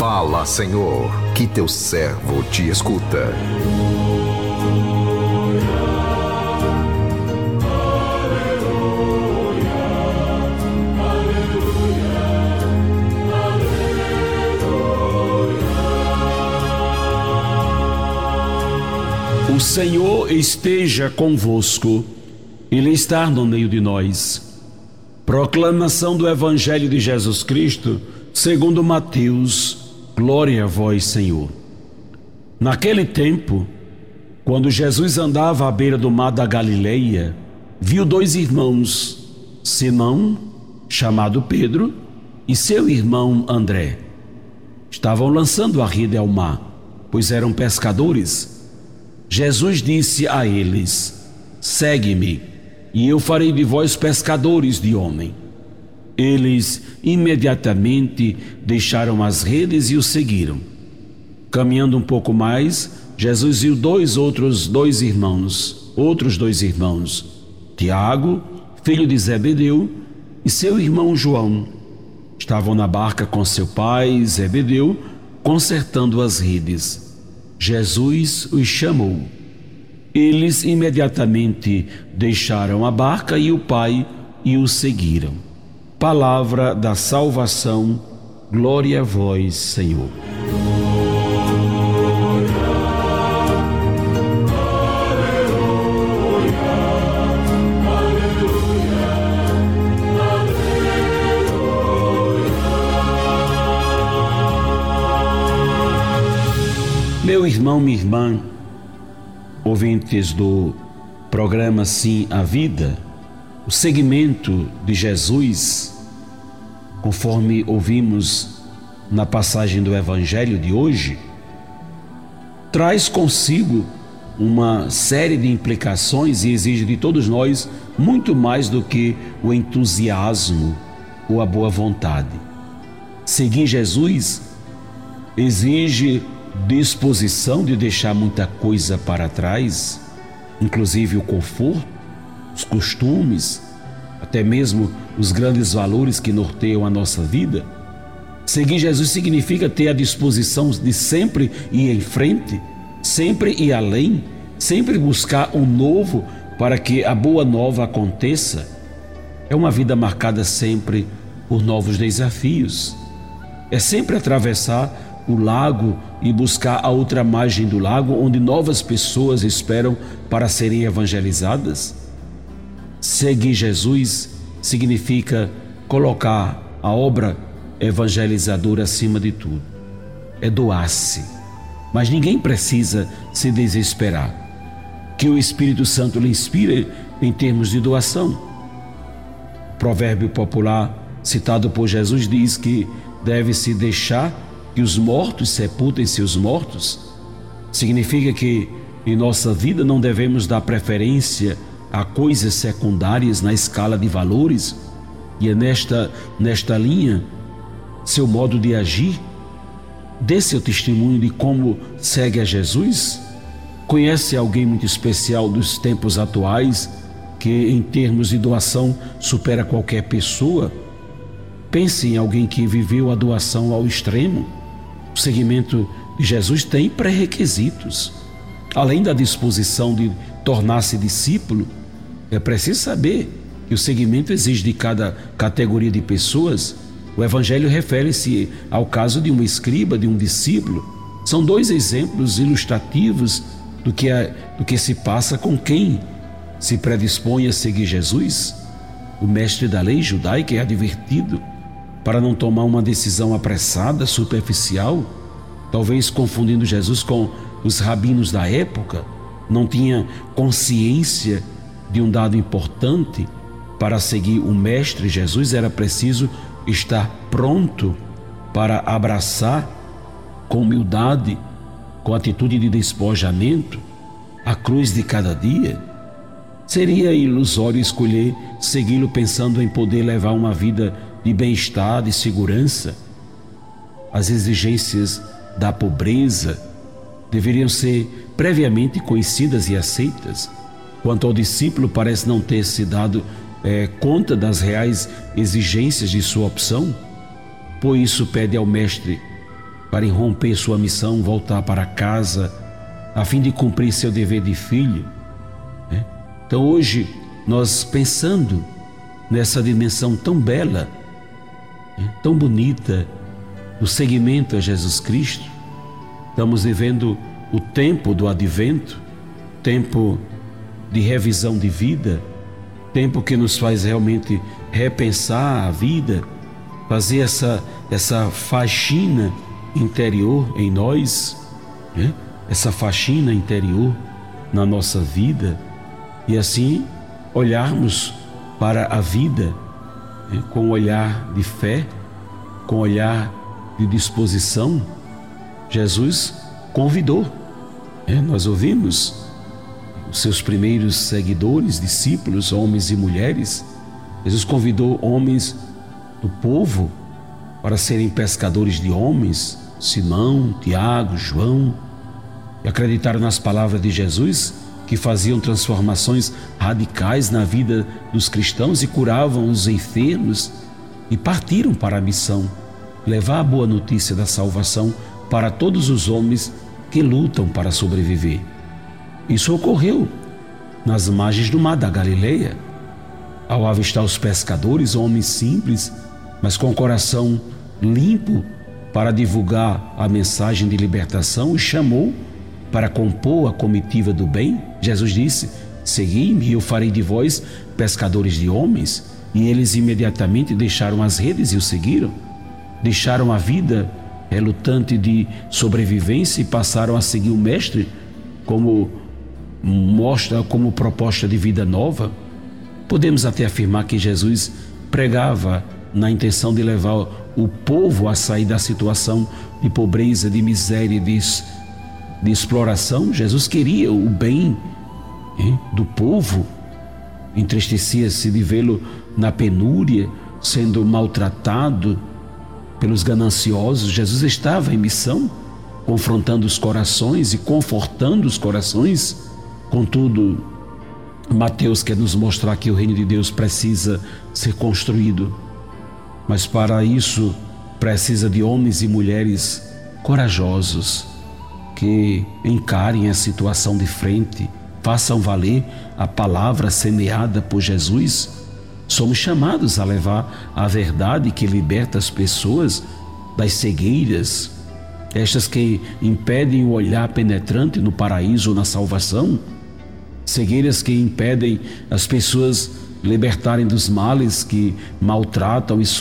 Fala, Senhor, que teu servo te escuta. O Senhor esteja convosco, Ele está no meio de nós. Proclamação do Evangelho de Jesus Cristo, segundo Mateus. Glória a vós, Senhor. Naquele tempo, quando Jesus andava à beira do mar da Galileia, viu dois irmãos, Simão, chamado Pedro, e seu irmão André. Estavam lançando a rede ao mar, pois eram pescadores. Jesus disse a eles: segue-me, e eu farei de vós pescadores de homem. Eles imediatamente deixaram as redes e o seguiram. Caminhando um pouco mais, Jesus viu outros dois irmãos, Tiago, filho de Zebedeu, e seu irmão João. Estavam na barca com seu pai, Zebedeu, consertando as redes. Jesus os chamou. Eles imediatamente deixaram a barca e o pai e o seguiram. Palavra da salvação, glória a vós, Senhor. Meu irmão, minha irmã, ouvintes do programa Sim a Vida, o segmento de Jesus, conforme ouvimos na passagem do Evangelho de hoje, traz consigo uma série de implicações e exige de todos nós muito mais do que o entusiasmo ou a boa vontade. Seguir Jesus exige disposição de deixar muita coisa para trás, inclusive o conforto, os costumes, até mesmo os grandes valores que norteiam a nossa vida. Seguir Jesus significa ter a disposição de sempre ir em frente, sempre ir além, sempre buscar o novo para que a boa nova aconteça. É uma vida marcada sempre por novos desafios. É sempre atravessar o lago e buscar a outra margem do lago, onde novas pessoas esperam para serem evangelizadas. Seguir Jesus significa colocar a obra evangelizadora acima de tudo. É doar-se, mas ninguém precisa se desesperar. Que o Espírito Santo lhe inspire em termos de doação. O provérbio popular citado por Jesus diz que deve-se deixar que os mortos sepultem seus mortos. Significa que em nossa vida não devemos dar preferência a coisas secundárias na escala de valores, e é nesta linha seu modo de agir. Dê seu testemunho de como segue a Jesus. Conhece alguém muito especial dos tempos atuais que em termos de doação supera qualquer pessoa? Pense em alguém que viveu a doação ao extremo. O seguimento de Jesus tem pré-requisitos. Além da disposição de tornar-se discípulo, é preciso saber que o seguimento exige de cada categoria de pessoas. O Evangelho refere-se ao caso de um escriba, de um discípulo. São dois exemplos ilustrativos do que se passa com quem se predispõe a seguir Jesus. O mestre da lei judaica é advertido para não tomar uma decisão apressada, superficial, talvez confundindo Jesus com os rabinos da época. Não tinha consciência de um dado importante. Para seguir o mestre Jesus era preciso estar pronto para abraçar com humildade, com atitude de despojamento, a cruz de cada dia. Seria ilusório escolher segui-lo pensando em poder levar uma vida de bem-estar, de segurança. As exigências da pobreza deveriam ser previamente conhecidas e aceitas. Quanto ao discípulo, parece não ter se dado conta das reais exigências de sua opção. Por isso pede ao mestre para irromper sua missão, voltar para casa, a fim de cumprir seu dever de filho. Então hoje, nós pensando nessa dimensão tão bela, tão bonita, do seguimento a Jesus Cristo, estamos vivendo o tempo do advento, tempo de revisão de vida, tempo que nos faz realmente repensar a vida, fazer essa faxina interior em nós, essa faxina interior na nossa vida, e assim olharmos para a vida com um olhar de fé, com um olhar de disposição. Jesus convidou, nós ouvimos os seus primeiros seguidores, discípulos, homens e mulheres. Jesus convidou homens do povo para serem pescadores de homens, Simão, Tiago, João, e acreditaram nas palavras de Jesus, que faziam transformações radicais na vida dos cristãos e curavam os enfermos, e partiram para a missão, levar a boa notícia da salvação para todos os homens que lutam para sobreviver. Isso ocorreu nas margens do mar da Galileia, ao avistar os pescadores, homens simples, mas com o coração limpo para divulgar a mensagem de libertação, os chamou para compor a comitiva do bem. Jesus disse: segui-me e eu farei de vós pescadores de homens. E eles imediatamente deixaram as redes e o seguiram. Deixaram a vida relutante de sobrevivência e passaram a seguir o Mestre, como mostra como proposta de vida nova. Podemos até afirmar que Jesus pregava na intenção de levar o povo a sair da situação de pobreza, de miséria, de exploração. Jesus queria o bem do povo, entristecia-se de vê-lo na penúria, sendo maltratado pelos gananciosos. Jesus estava em missão, confrontando os corações e confortando os corações. Contudo, Mateus quer nos mostrar que o reino de Deus precisa ser construído, mas para isso precisa de homens e mulheres corajosos, que encarem a situação de frente, façam valer a palavra semeada por Jesus. Somos chamados a levar a verdade que liberta as pessoas das cegueiras, estas que impedem o olhar penetrante no paraíso ou na salvação, cegueiras que impedem as pessoas libertarem dos males que maltratam e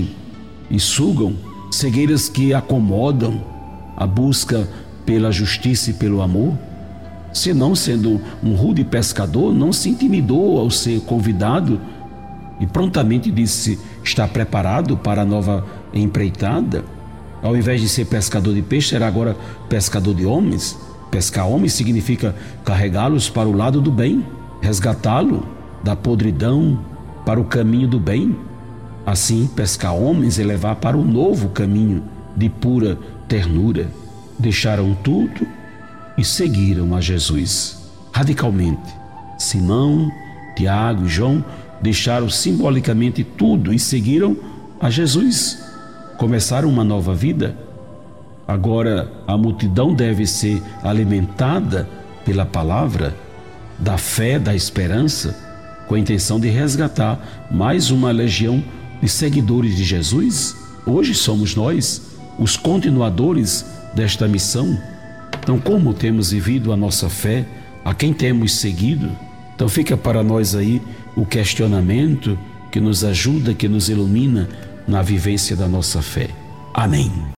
sugam, cegueiras que acomodam a busca pela justiça e pelo amor. Se não, sendo um rude pescador, não se intimidou ao ser convidado e prontamente disse: está preparado para a nova empreitada? Ao invés de ser pescador de peixe, será agora pescador de homens. Pescar homens significa carregá-los para o lado do bem, resgatá-lo da podridão para o caminho do bem. Assim, pescar homens é levar para o novo caminho de pura ternura. Deixaram tudo e seguiram a Jesus radicalmente. Simão, Tiago e João deixaram simbolicamente tudo e seguiram a Jesus. Começaram uma nova vida. Agora a multidão deve ser alimentada pela palavra da fé, da esperança, com a intenção de resgatar mais uma legião de seguidores de Jesus. Hoje somos nós os continuadores desta missão. Então, como temos vivido a nossa fé? A quem temos seguido? Então fica para nós aí o questionamento que nos ajuda, que nos ilumina na vivência da nossa fé. Amém.